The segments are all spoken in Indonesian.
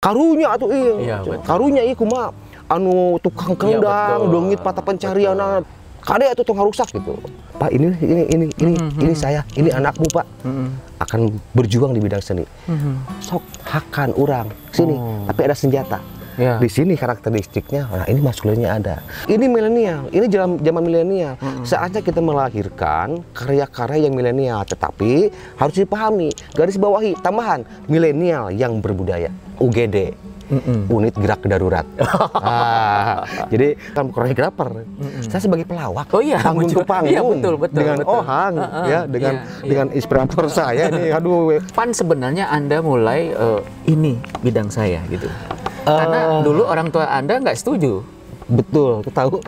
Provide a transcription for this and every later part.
karunya atuh iya. Iya, betul. Karunya ieu kumaha anu tukang kendang, betul. dongit mata pencarian kade atuh tong rusak gitu. Pak ini saya, ini anakmu Pak. Akan berjuang di bidang seni. Sok hakan urang sini, tapi ada senjata. Ya. Di sini karakteristiknya, nah ini maskulinnya ada. Ini milenial, ini zaman milenial. Saatnya kita melahirkan karya-karya yang milenial, tetapi harus dipahami, garis bawahi, tambahan, milenial yang berbudaya, UGD. Unit gerak darurat. Jadi kan koreografer, saya sebagai pelawak, panggung ke panggung, iya, betul, dengan betul. ohang, ya, dengan inspirator saya nih, aduh. Pan sebenarnya Anda mulai ini bidang saya gitu. Karena dulu orang tua Anda nggak setuju. Betul, tahu.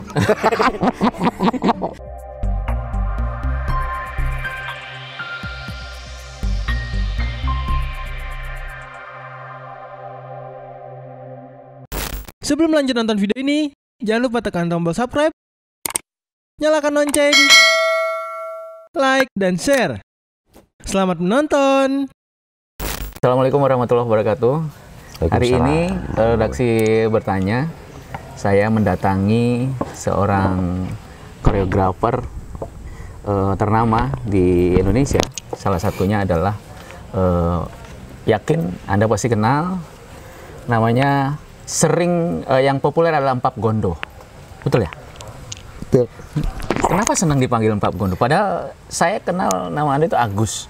Sebelum lanjut nonton video ini, jangan lupa tekan tombol subscribe, nyalakan lonceng, like, dan share. Selamat menonton. Assalamualaikum warahmatullahi wabarakatuh. Hari ini redaksi bertanya, saya mendatangi seorang koreografer ternama di Indonesia. Salah satunya adalah yakin Anda pasti kenal, namanya sering yang populer adalah Empap Gondo. Betul ya? Betul. Kenapa senang dipanggil Empap Gondo? Padahal saya kenal nama Anda itu Agus.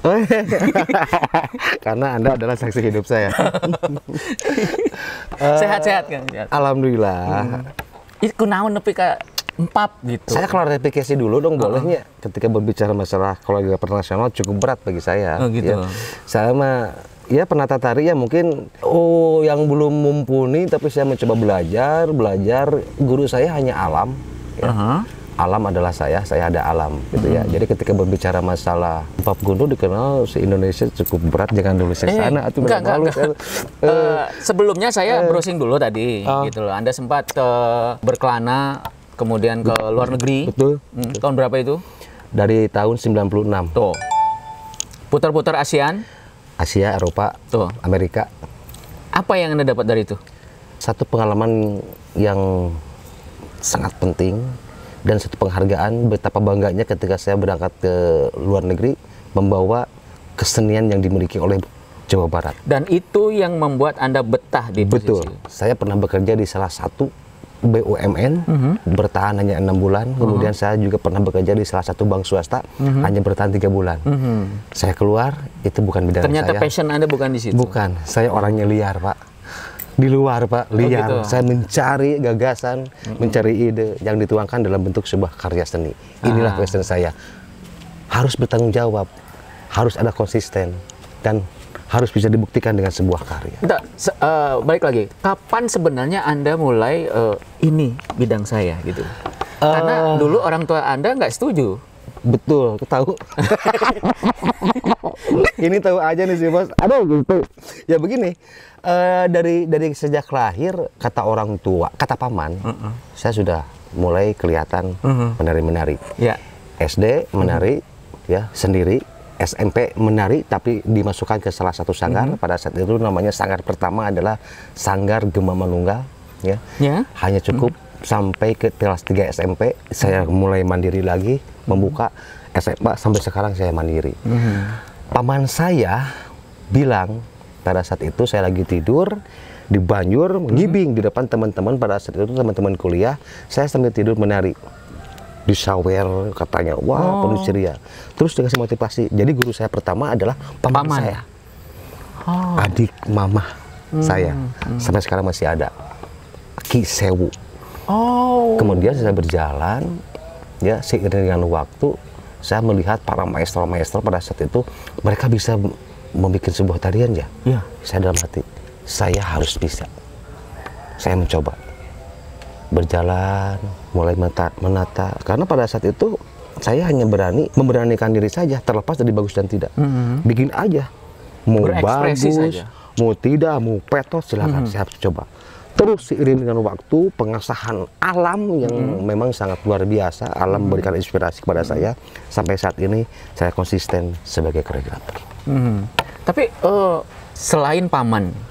Karena Anda adalah saksi hidup saya. Sehat-sehat kan? Alhamdulillah. Itu naon nepi ka empap gitu. Saya klarifikasi dulu dong, bolehnya. Ketika berbicara masalah koreografer nasional cukup berat bagi saya. Oh gitu. Ya. Saya mah ya penata tari ya mungkin yang belum mumpuni, tapi saya mencoba belajar. Guru saya hanya alam. Ya. Alam adalah saya ada alam gitu ya. Jadi ketika berbicara masalah Empap Gondo dikenal se-Indonesia cukup berat, jangan dulu ke sana atau enggak. Sebelumnya saya browsing dulu tadi gitu loh. Anda sempat berkelana kemudian ke luar negeri. Betul. Tahun berapa itu? Dari tahun 96. Tuh. Putar-putar ASEAN, Asia, Eropa, tuh, Amerika. Apa yang Anda dapat dari itu? Satu pengalaman yang sangat penting dan satu penghargaan, betapa bangganya ketika saya berangkat ke luar negeri membawa kesenian yang dimiliki oleh Jawa Barat. Dan itu yang membuat Anda betah di posisi. Betul. Saya pernah bekerja di salah satu BUMN, bertahan hanya 6 bulan. Kemudian saya juga pernah bekerja di salah satu bank swasta, hanya bertahan 3 bulan. Saya keluar, itu bukan bidang saya. Ternyata passion Anda bukan di situ. Bukan, saya orangnya liar, Pak. Di luar, Pak, liar. Gitu. Saya mencari gagasan, mencari ide yang dituangkan dalam bentuk sebuah karya seni. Inilah passion saya. Harus bertanggung jawab, harus ada konsisten, dan harus bisa dibuktikan dengan sebuah karya. Balik lagi, kapan sebenarnya Anda mulai ini bidang saya gitu? Karena dulu orang tua Anda nggak setuju. Betul, tahu. Ini tahu aja nih sih, Bos. Aduh, gitu. Ya begini, dari sejak lahir, kata orang tua, kata paman, saya sudah mulai kelihatan menari-menari. Ya. SD menari, ya sendiri. SMP menari, tapi dimasukkan ke salah satu sanggar. Pada saat itu namanya sanggar pertama adalah Sanggar Gema Manunggal. Ya. Hanya cukup sampai ke kelas 3 SMP. Saya mulai mandiri lagi, membuka SMA, sampai sekarang saya mandiri. Paman saya bilang, pada saat itu saya lagi tidur di Banjur, ngibing di depan teman-teman. Pada saat itu teman-teman kuliah, saya sambil tidur menari. Disawer katanya, wah penuh ceria. Terus dikasih motivasi. Jadi guru saya pertama adalah paman saya, adik mamah saya, sampai sekarang masih ada, Ki Sewu. Kemudian saya berjalan, ya seiring dengan waktu, saya melihat para maestro-maestro pada saat itu mereka bisa membuat sebuah tarian ya. Saya dalam hati, saya harus bisa. Saya mencoba. Berjalan, mulai menata. Karena pada saat itu saya hanya memberanikan diri saja, terlepas dari bagus dan tidak. Bikin aja, mau bagus, saja. Mau tidak, mau petos, silakan. Saya harus coba. Terus seiring dengan waktu, pengasahan alam yang memang sangat luar biasa. Alam memberikan inspirasi kepada saya. Sampai saat ini saya konsisten sebagai koreografer. Tapi selain paman,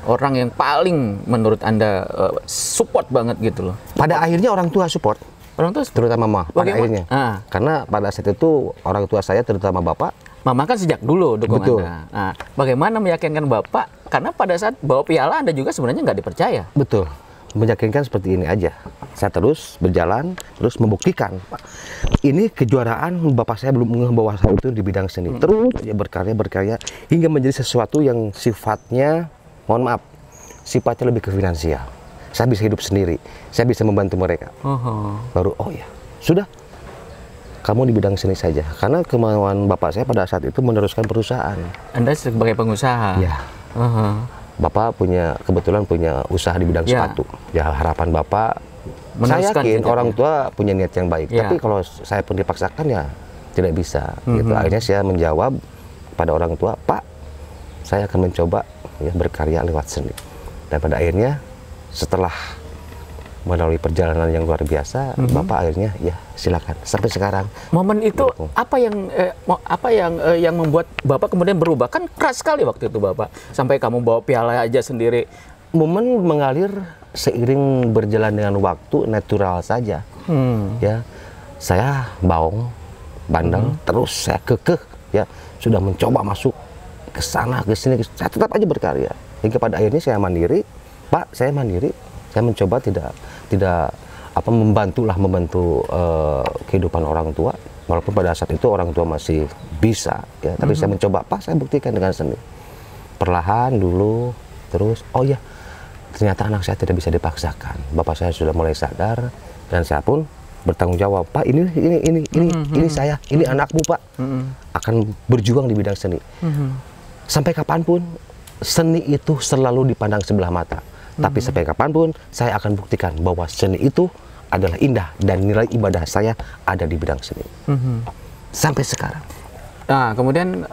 orang yang paling menurut Anda support banget gitu loh? Pada akhirnya orang tua support. Orang tua terutama mama pada akhirnya. Karena pada saat itu orang tua saya terutama bapak. Mama kan sejak dulu dukung Anda. Nah, bagaimana meyakinkan bapak? Karena pada saat bawa piala Anda juga sebenarnya nggak dipercaya. Betul. Meyakinkan seperti ini aja. Saya terus berjalan, terus membuktikan. Ini kejuaraan bapak saya belum membawa saya itu di bidang seni. Terus ya berkarya hingga menjadi sesuatu yang sifatnya, mohon maaf, sifatnya lebih ke finansial. Saya bisa hidup sendiri, saya bisa membantu mereka. Baru oh ya, sudah. Kamu di bidang seni saja. Karena kemauan bapak saya pada saat itu meneruskan perusahaan. Anda sebagai pengusaha? Ya. Bapak kebetulan punya usaha di bidang sepatu. Ya harapan bapak, saya yakin orang tua punya niat yang baik. Tapi kalau saya pun dipaksakan ya tidak bisa. Gitu. Akhirnya saya menjawab pada orang tua, Pak, saya akan mencoba ya berkarya lewat seni. Dan pada akhirnya setelah melalui perjalanan yang luar biasa, bapak akhirnya ya silakan sampai sekarang. Momen itu apa yang membuat bapak kemudian berubah? Kan keras sekali waktu itu bapak, sampai kamu bawa piala aja sendiri. Momen mengalir seiring berjalan dengan waktu, natural saja. Ya, saya baung, bandel, terus saya kekeh, ya sudah mencoba masuk ke sana ke sini, saya tetap aja berkarya. Hingga pada akhirnya saya mandiri, Pak, saya mandiri. Saya mencoba tidak membantu kehidupan orang tua, walaupun pada saat itu orang tua masih bisa ya, tapi saya mencoba, Pak, saya buktikan dengan seni. Perlahan dulu, terus oh ya, ternyata anak saya tidak bisa dipaksakan. Bapak saya sudah mulai sadar dan saya pun bertanggung jawab, Pak, ini saya, ini anakmu, Pak, akan berjuang di bidang seni. Sampai kapanpun seni itu selalu dipandang sebelah mata. Tapi sampai kapanpun saya akan buktikan bahwa seni itu adalah indah dan nilai ibadah saya ada di bidang seni. Sampai sekarang. Nah, kemudian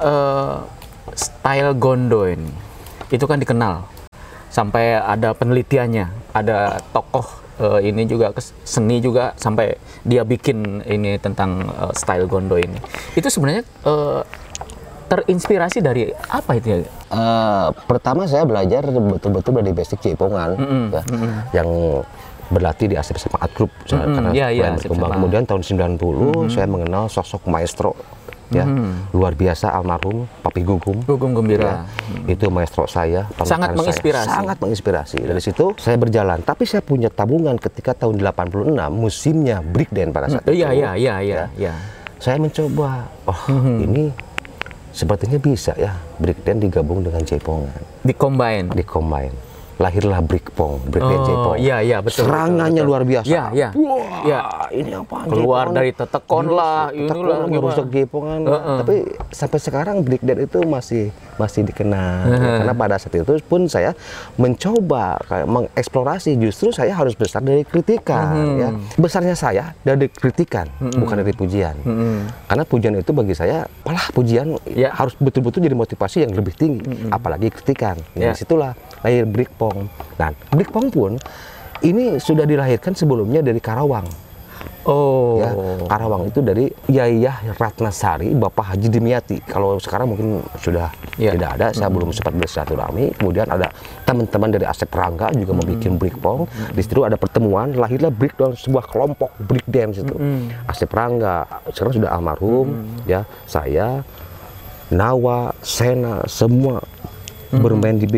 style Gondo ini, itu kan dikenal. Sampai ada penelitiannya, ada tokoh ini juga seni juga sampai dia bikin ini tentang style Gondo ini. Itu sebenarnya terinspirasi dari apa itu ya? Pertama saya belajar betul-betul dari basic Jaipongan, ya, yang berlatih di Asep Semangat Group. Karena berkembang. Kemudian tahun 90 saya mengenal sosok maestro, ya, luar biasa almarhum Papi Gugum. Gugum Gumbira. Ya, itu maestro saya. Sangat menginspirasi. Sangat menginspirasi. Dari situ saya berjalan. Tapi saya punya tabungan ketika tahun 86 musimnya breakdance pada saat itu. Iya. Saya mencoba, ini sepertinya bisa ya breakdance digabung dengan Jaipongan. Di-combine. Lahirlah breakpong, breakdance Jaipong. Iya, betul. Serangannya luar biasa. Iya. Wah, ini apa? Keluar dari tetekon lah, inilah merusak Jaipongan. Tapi sampai sekarang breakdance itu masih dikenal. Karena pada saat itu pun saya mencoba mengeksplorasi, justru saya harus besar dari kritikan. Ya. Besarnya saya dari kritikan, bukan dari pujian. Karena pujian itu bagi saya, malah pujian harus betul-betul jadi motivasi yang lebih tinggi. Apalagi kritikan. Dari situlah lahir breakpong. Dan breakpong pun ini sudah dilahirkan sebelumnya dari Karawang. Ya, Karawang itu dari Yayah Ratnasari, Bapak Haji Dimyati. Kalau sekarang mungkin sudah tidak ada, saya belum sempat bersilaturahmi. Kemudian ada teman-teman dari Asep Rangga juga membuat breakpong. Di situ ada pertemuan, lahirlah breakdance, sebuah kelompok breakdance itu. Asep Rangga sekarang sudah almarhum, ya, saya, Nawa, Sena, semua bermain di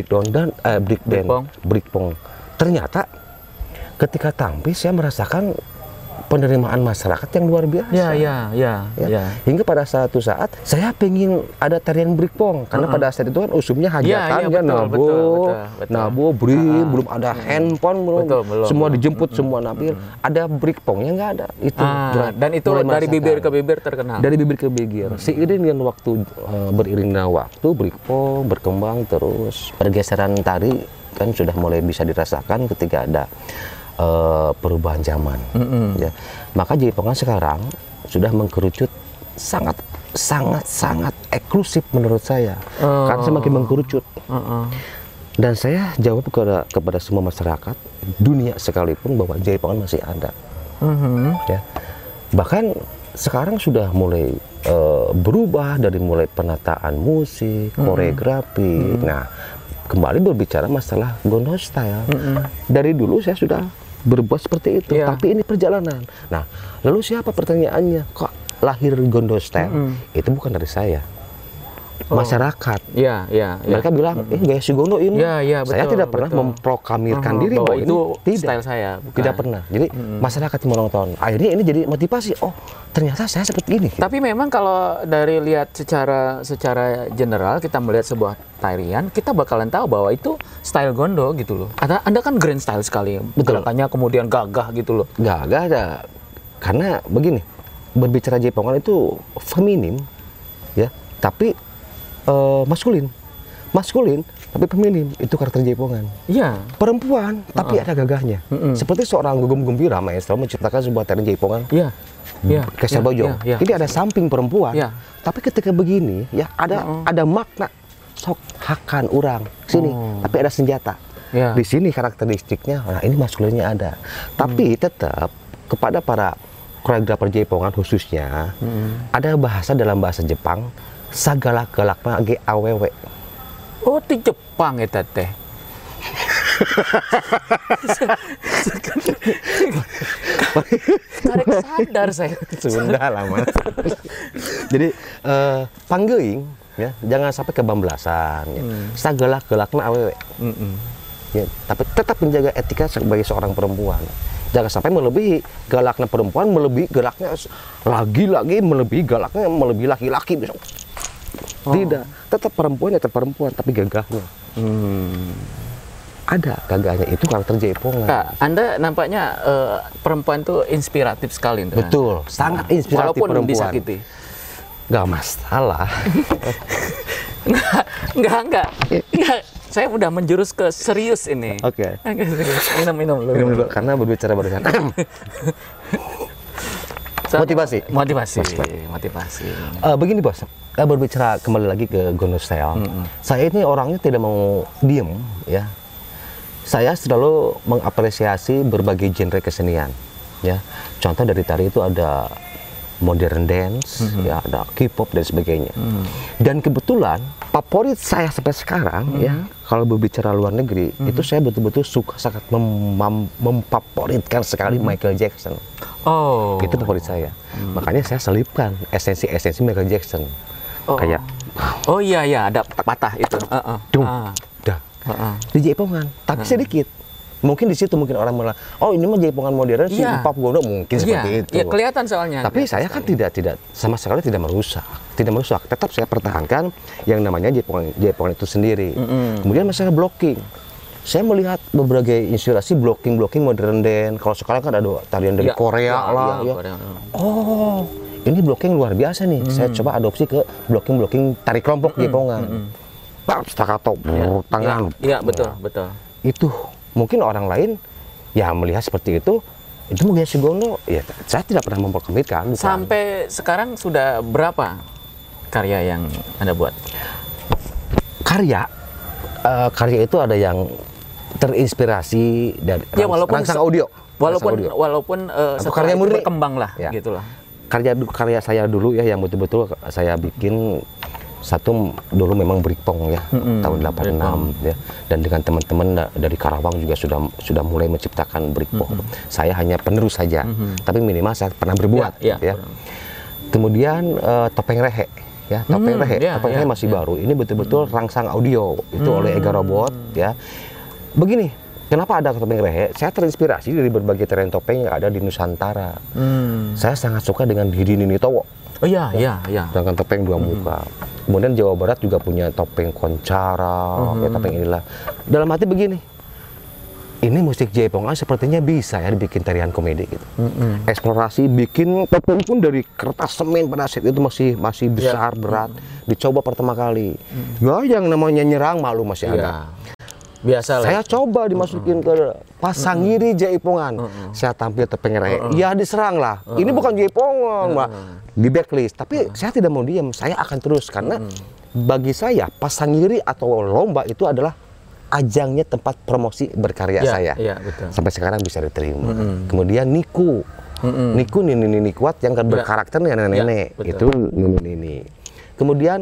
breakpong. Ternyata ketika tampil saya merasakan penerimaan masyarakat yang luar biasa. Ya. Hingga pada suatu saat saya pengen ada tarian breakpong karena pada saat itu kan usumnya hajatan, nabo, belum ada handphone, belum. Semua dijemput, semua nampil. Ada breakpongnya nggak ada. Itu dan itu dari bibir ke bibir terkenal. Dari bibir ke bibir. Seiring dengan waktu, beriring dengan waktu, breakpong berkembang terus. Pergeseran tari kan sudah mulai bisa dirasakan ketika ada perubahan zaman. Ya. Maka Jaipongan sekarang sudah mengkerucut sangat eksklusif menurut saya. Karena semakin mengkerucut. Dan saya jawab kepada semua masyarakat dunia sekalipun bahwa Jaipongan masih ada. Ya. Bahkan sekarang sudah mulai berubah dari mulai penataan musik, koreografi. Nah, kembali berbicara masalah Gondo Style. Dari dulu saya sudah berbuat seperti itu, tapi ini perjalanan. Nah, lalu siapa pertanyaannya? Kok lahir Gondo Style? Itu bukan dari saya. Masyarakat. Mereka bilang, gaya si Gondo ini. Betul, saya tidak pernah memproklamirkan diri bahwa itu ini style saya. Bukan. Tidak pernah. Jadi masyarakat yang menonton. Akhirnya ini jadi motivasi. Oh, ternyata saya seperti ini. Tapi memang kalau dari lihat secara general kita melihat sebuah tarian, kita bakalan tahu bahwa itu style Gondo gitu loh. Anda kan grand style sekali. Gerakannya kemudian gagah gitu loh. Gagah ada. Karena begini, berbicara Jaipongan itu feminim, ya. Tapi maskulin tapi feminim, itu karakter Jaipongan. Perempuan tapi ada gagahnya. Seperti seorang Gugum Gumbira maestro menciptakan sebuah tarian Jaipongan. Keser Bojong. Ini ada samping perempuan. Tapi ketika begini ya ada makna sok hakan urang sini, tapi ada senjata. Di sini karakteristiknya, nah ini maskulinnya ada. Tapi tetap kepada para koreografer Jaipongan khususnya ada bahasa dalam bahasa Jepang sagalak-galakna ge awewe. Oh, di Jepang eta teh. Karek sadar saya. Sunda lah mas. Jadi panggeuing ya, jangan sampai kebablasan. Ya. Sagalak-galakna awewe. Ya, tapi tetap menjaga etika sebagai seorang perempuan. Jangan sampai melebihi galaknya perempuan, melebihi galaknya lagi-lagi, melebihi galaknya melebihi laki-laki. Tidak, tetap perempuan ya tetap perempuan, tapi gagahnya. Ada gagahnya, itu karakter Jaipongan. Kak, Anda nampaknya perempuan tuh inspiratif sekali. Betul, sangat inspiratif walaupun perempuan. disakiti. Gak masalah. Enggak. Saya udah menjurus ke serius ini. Oke. Minum dulu. Karena berbicara barusan. Motivasi. Begini bos, berbicara kembali lagi ke Gondo Style. Saya ini orangnya tidak mau diem, ya. Saya selalu mengapresiasi berbagai genre kesenian, ya. Contoh dari tari itu ada modern dance, ya, ada K-pop dan sebagainya. Dan kebetulan favorit saya sampai sekarang, ya, kalau berbicara luar negeri, itu saya betul-betul suka sangat memfavoritkan sekali Michael Jackson. Itu favorit saya. Makanya saya selipkan esensi Michael Jackson. Kayak ada patah itu. Di Jaipongan, tapi sedikit. Mungkin di situ orang malah, oh ini mah Jaipongan modern sih, pop Gondo mungkin seperti itu. Iya, kelihatan soalnya. Tapi saya kan tidak sama sekali tidak merusak. Tetap saya pertahankan yang namanya Jaipongan itu sendiri. Kemudian masalah blocking. Saya melihat berbagai inspirasi blocking modern dance. Kalau sekarang kan ada tarian dari Korea lah. Oh, ini blocking luar biasa nih. Saya coba adopsi ke blocking tari kelompok Jaipongan. Staccato, tangan. Iya, betul. Itu mungkin orang lain ya melihat seperti itu mungkin si Gondo, ya saya tidak pernah memperkomitkan. Sampai sekarang sudah berapa karya yang Anda buat? Karya itu ada yang terinspirasi dari rangsang audio. Walaupun karya murni berkembang lah, gitulah. Karya saya dulu ya yang betul-betul saya bikin. Satu dulu memang Brikpong ya, tahun 86 ya, dan dengan teman-teman dari Karawang juga sudah mulai menciptakan Brikpong. Saya hanya penerus saja, tapi minimal saya pernah berbuat ya. Kemudian Topeng Rehe ya, Topeng Rehe masih baru. Ini betul-betul rangsang audio itu oleh Ega Robot ya. Begini, kenapa ada Topeng Rehe? Saya terinspirasi dari berbagai tarian topeng yang ada di Nusantara. Saya sangat suka dengan Didi Ninitowo. Iya. Dengan topeng dua muka. Kemudian Jawa Barat juga punya topeng koncara, ya topeng inilah. Dalam hati begini, ini musik Jaipongan sepertinya bisa ya dibikin tarian komedi gitu. Eksplorasi bikin topeng pun dari kertas semen pada saat itu masih besar berat. Dicoba pertama kali. Ya yang namanya nyerang malu masih ada. Biasa lah. Saya coba dimasukin ke Pasangiri Jaipongan. Saya tampil topeng Rehe. Ya diserang lah. Ini bukan Jaipongan, Mbak. Di backlist. Tapi saya tidak mau diam. Saya akan terus karena bagi saya Pasangiri atau lomba itu adalah ajangnya tempat promosi berkarya saya. Betul. Sampai sekarang bisa diterima. Kemudian Niku. Niku Nini kuat yang berkarakter nenek-nenek. Itu Nini. Kemudian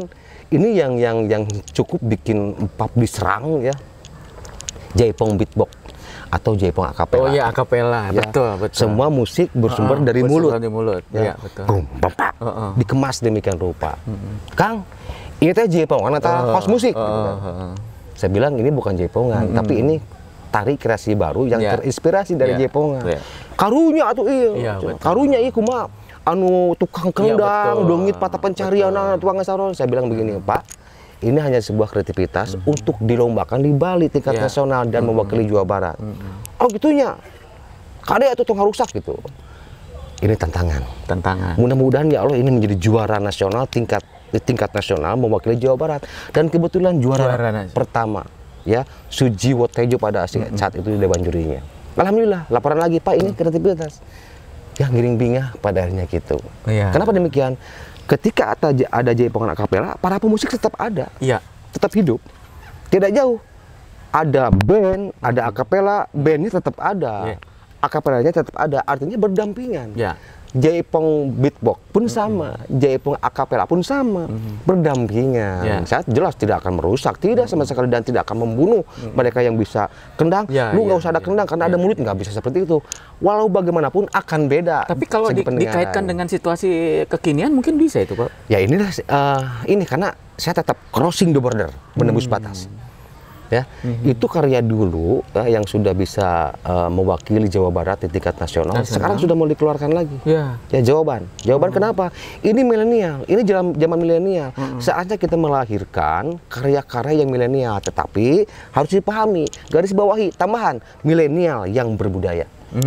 ini yang cukup bikin pub diserang ya, Jaipong beatbox atau Jaipong akapela. Oh iya, akapela, ya. Betul. Semua musik bersumber dari mulut. Dari mulut, ya, betul. Dikemas demikian rupa. Kang, ini teh Jaipong, karena host musik. Gitu kan. Saya bilang ini bukan Jaipongan, tapi ini tari kreasi baru yang terinspirasi dari Jaipongan. Karunya atuh iya. Karunya iya kumaha anu tukang kendang, dongit patah pencarian tukang saron. Saya bilang begini, Pak. Ini hanya sebuah kreativitas untuk dilombakan di Bali tingkat nasional dan mewakili Jawa Barat. Oh gitunya, kadang itu tukang rusak gitu. Ini tantangan. Mudah-mudahan ya Allah ini menjadi juara nasional tingkat nasional mewakili Jawa Barat. Dan kebetulan juara pertama ya Sujiwo Tejo pada saat itu di dewan jurinya. Alhamdulillah, laporan lagi Pak ini kreativitas. Ya ngiring bingah pada akhirnya gitu. Kenapa demikian? Ketika ada Jaipongan akapela, para pemusik tetap ada, tetap hidup, tidak jauh. Ada band, ada akapela, bandnya tetap ada, akapelanya tetap ada, artinya berdampingan. Jaipong beatbox pun sama, Jaipong akapela pun sama, berdampingan. Saya jelas tidak akan merusak, tidak sama sekali, dan tidak akan membunuh mereka yang bisa kendang. Lu nggak usah ada kendang karena ada mulut, nggak bisa seperti itu. Walau bagaimanapun akan beda. Tapi kalau dikaitkan dengan situasi kekinian mungkin bisa itu, Pak. Ya inilah ini karena saya tetap crossing the border, menembus batas. Ya, itu karya dulu ya, yang sudah bisa mewakili Jawa Barat di tingkat nasional. Sekarang sudah mau dikeluarkan lagi. Ya jawaban kenapa? Ini milenial, ini zaman milenial. Saatnya kita melahirkan karya-karya yang milenial, tetapi harus dipahami garis bawahi tambahan milenial yang berbudaya.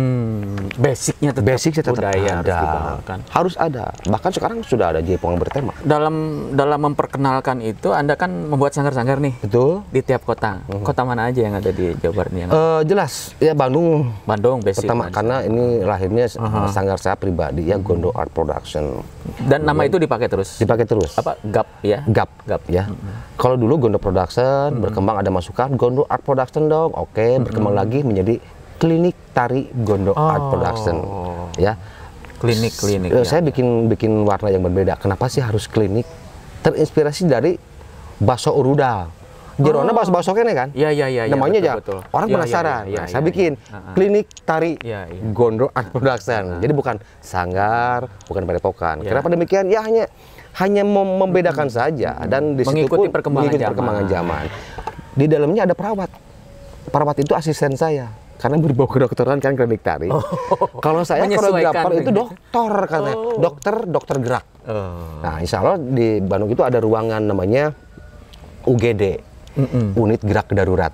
Basicnya tetap budaya harus ada. Bahkan sekarang sudah ada Jaipong bertema. Dalam memperkenalkan itu, Anda kan membuat sanggar-sanggar nih. Betul. Di tiap kota. Kota mana aja yang ada di Jawa Barat ini? Jelas ya Bandung basic pertama karena ini lahirnya sanggar saya pribadi ya, Gondo Art Production. Dan nama itu dipakai terus. Apa? GAP ya. GAP ya. Kalau dulu Gondo Production berkembang, ada masukan Gondo Art Production dong. Oke, berkembang lagi menjadi Klinik Tari Gondo Art Production ya. Klinik saya bikin warna yang berbeda. Kenapa sih harus klinik? Terinspirasi dari baso urudal. Jerona baso kene kan? Iya. Namanya betul. Orang penasaran. Saya bikin Klinik Tari Gondo Art Production. Jadi bukan sanggar, bukan padepokan. Kenapa demikian? Ya hanya membedakan saja dan di situ mengikuti perkembangan zaman. Di dalamnya ada perawat. Perawat itu asisten saya. Karena berbau kedokteran kan klinik tari. Kalau saya koreografer itu dokter katanya, dokter gerak. Nah, insya Allah di Bandung itu ada ruangan namanya UGD. Unit gerak darurat.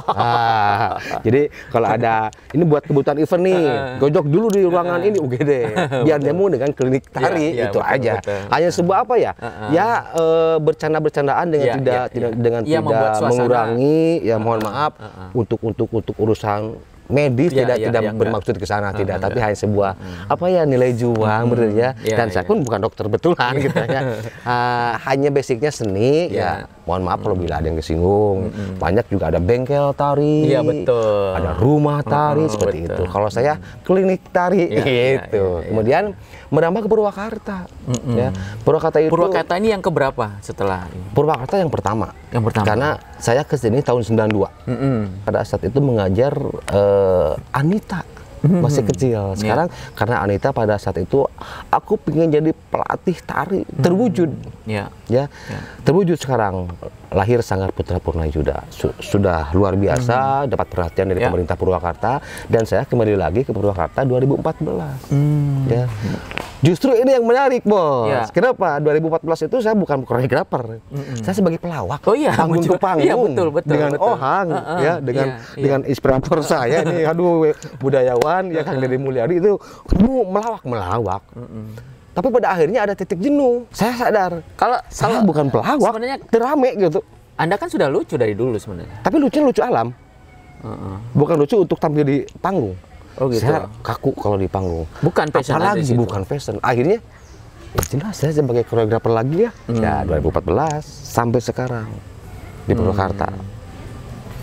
Jadi kalau ada ini buat kebutuhan event nih, gojok dulu di ruangan ini UGD biar nemu dengan klinik tari itu aja. Hanya sebuah apa ya? Ya bercanda-bercandaan dengan tidak mengurangi ya, mohon maaf untuk urusan medis, tidak bermaksud ke sana, tidak, tapi hanya sebuah apa ya, nilai juang betul ya. Dan saya pun bukan dokter betulan gitu ya. Hanya basicnya seni ya. Mohon maaf kalau bila ada yang kesinggung. Banyak juga ada bengkel tari, ada rumah tari seperti itu. Kalau saya klinik tari gitu. Kemudian merambah ke Purwakarta. Ya. Purwakarta ini yang keberapa setelah ini? Purwakarta yang pertama. Karena saya ke sini tahun 92. Pada saat itu mengajar Anita. Masih kecil. Sekarang karena Anita pada saat itu aku pengen jadi pelatih tari, terwujud. Terwujud sekarang. Lahir Sanggar Putra Purnayuda. Sudah luar biasa, dapat perhatian dari pemerintah Purwakarta, dan saya kembali lagi ke Purwakarta 2014. Ya. Justru ini yang menarik, Bos. Kenapa? 2014 itu saya bukan koreografer. Saya sebagai pelawak. Panggung ke panggung. Dengan Ohang ya, dengan inspirator saya ini, aduh, budayawan ya Kang Deddy Mulyadi itu melawak. Tapi pada akhirnya ada titik jenuh. Saya sadar kalau saya bukan pelawak, sebenarnya terame gitu. Anda kan sudah lucu dari dulu sebenarnya. Tapi lucu alam. Bukan lucu untuk tampil di panggung. Oh gitu. Saya kaku kalau di panggung. Bukan passion. Apalagi bukan fashion. Akhirnya ya jelas saya sebagai koreografer lagi ya. Ya 2014 sampai sekarang di Purwakarta.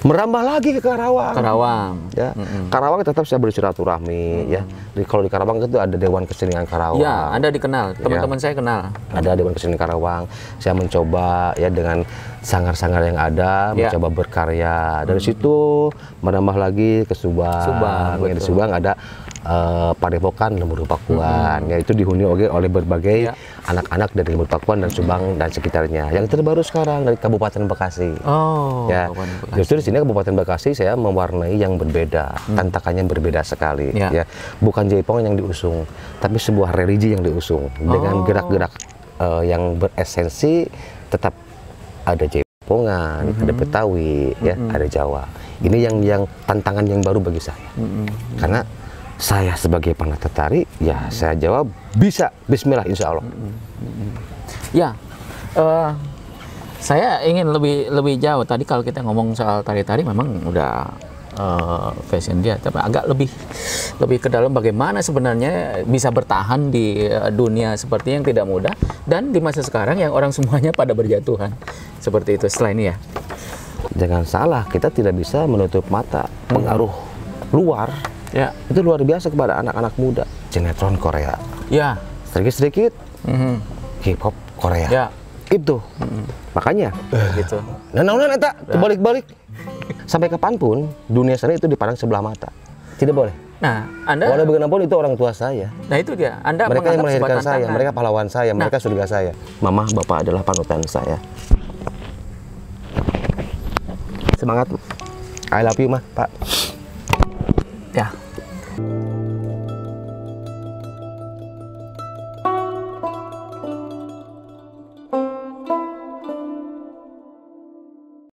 merambah lagi ke Karawang. Karawang. Ya, Karawang tetap saya bersilaturahmi ya. Kalau di Karawang itu ada Dewan Kesenian Karawang. Ya, Anda dikenal, teman-teman saya kenal. Ada Dewan Kesenian Karawang. Saya mencoba ya dengan sanggar-sanggar yang ada, mencoba berkarya. Dari situ menambah lagi ke Subang. Di Subang ada Padepokan Lemur Pakuan, yaitu dihuni oleh berbagai anak-anak dari Lemur Pakuan dan Subang dan sekitarnya. Yang terbaru sekarang dari Kabupaten Bekasi. Ya, justru di sini Kabupaten Bekasi saya mewarnai yang berbeda, tantangannya berbeda sekali. Ya, bukan Jaipongan yang diusung, tapi sebuah religi yang diusung dengan gerak-gerak yang beresensi tetap ada Jaipongan, ada Betawi, ya, ada Jawa. Ini yang tantangan yang baru bagi saya, karena saya sebagai penata tari, ya saya jawab bisa, Bismillah, insya Allah. Ya, saya ingin lebih jauh. Tadi kalau kita ngomong soal tari-tari, memang udah fashion dia, tapi agak lebih ke dalam bagaimana sebenarnya bisa bertahan di dunia seperti yang tidak mudah dan di masa sekarang yang orang semuanya pada berjatuhan seperti itu. Setelah ini ya, jangan salah, kita tidak bisa menutup mata pengaruh luar. Ya, itu luar biasa kepada anak-anak muda. Sinetron Korea. Ya. Sedikit-sedikit. K-pop Korea. Ya. Itu. Makanya. Gitu. Nah, eta terbalik-balik. Sampai kapanpun dunia sana itu dipandang sebelah mata. Tidak boleh. Nah, Anda. Walau bagaimanapun itu orang tua saya. Nah, itu dia. Anda mereka yang melahirkan saya, mereka pahlawan saya, mereka surga saya. Mama, bapak adalah panutan saya. Semangat. I love you, Pak. Ya.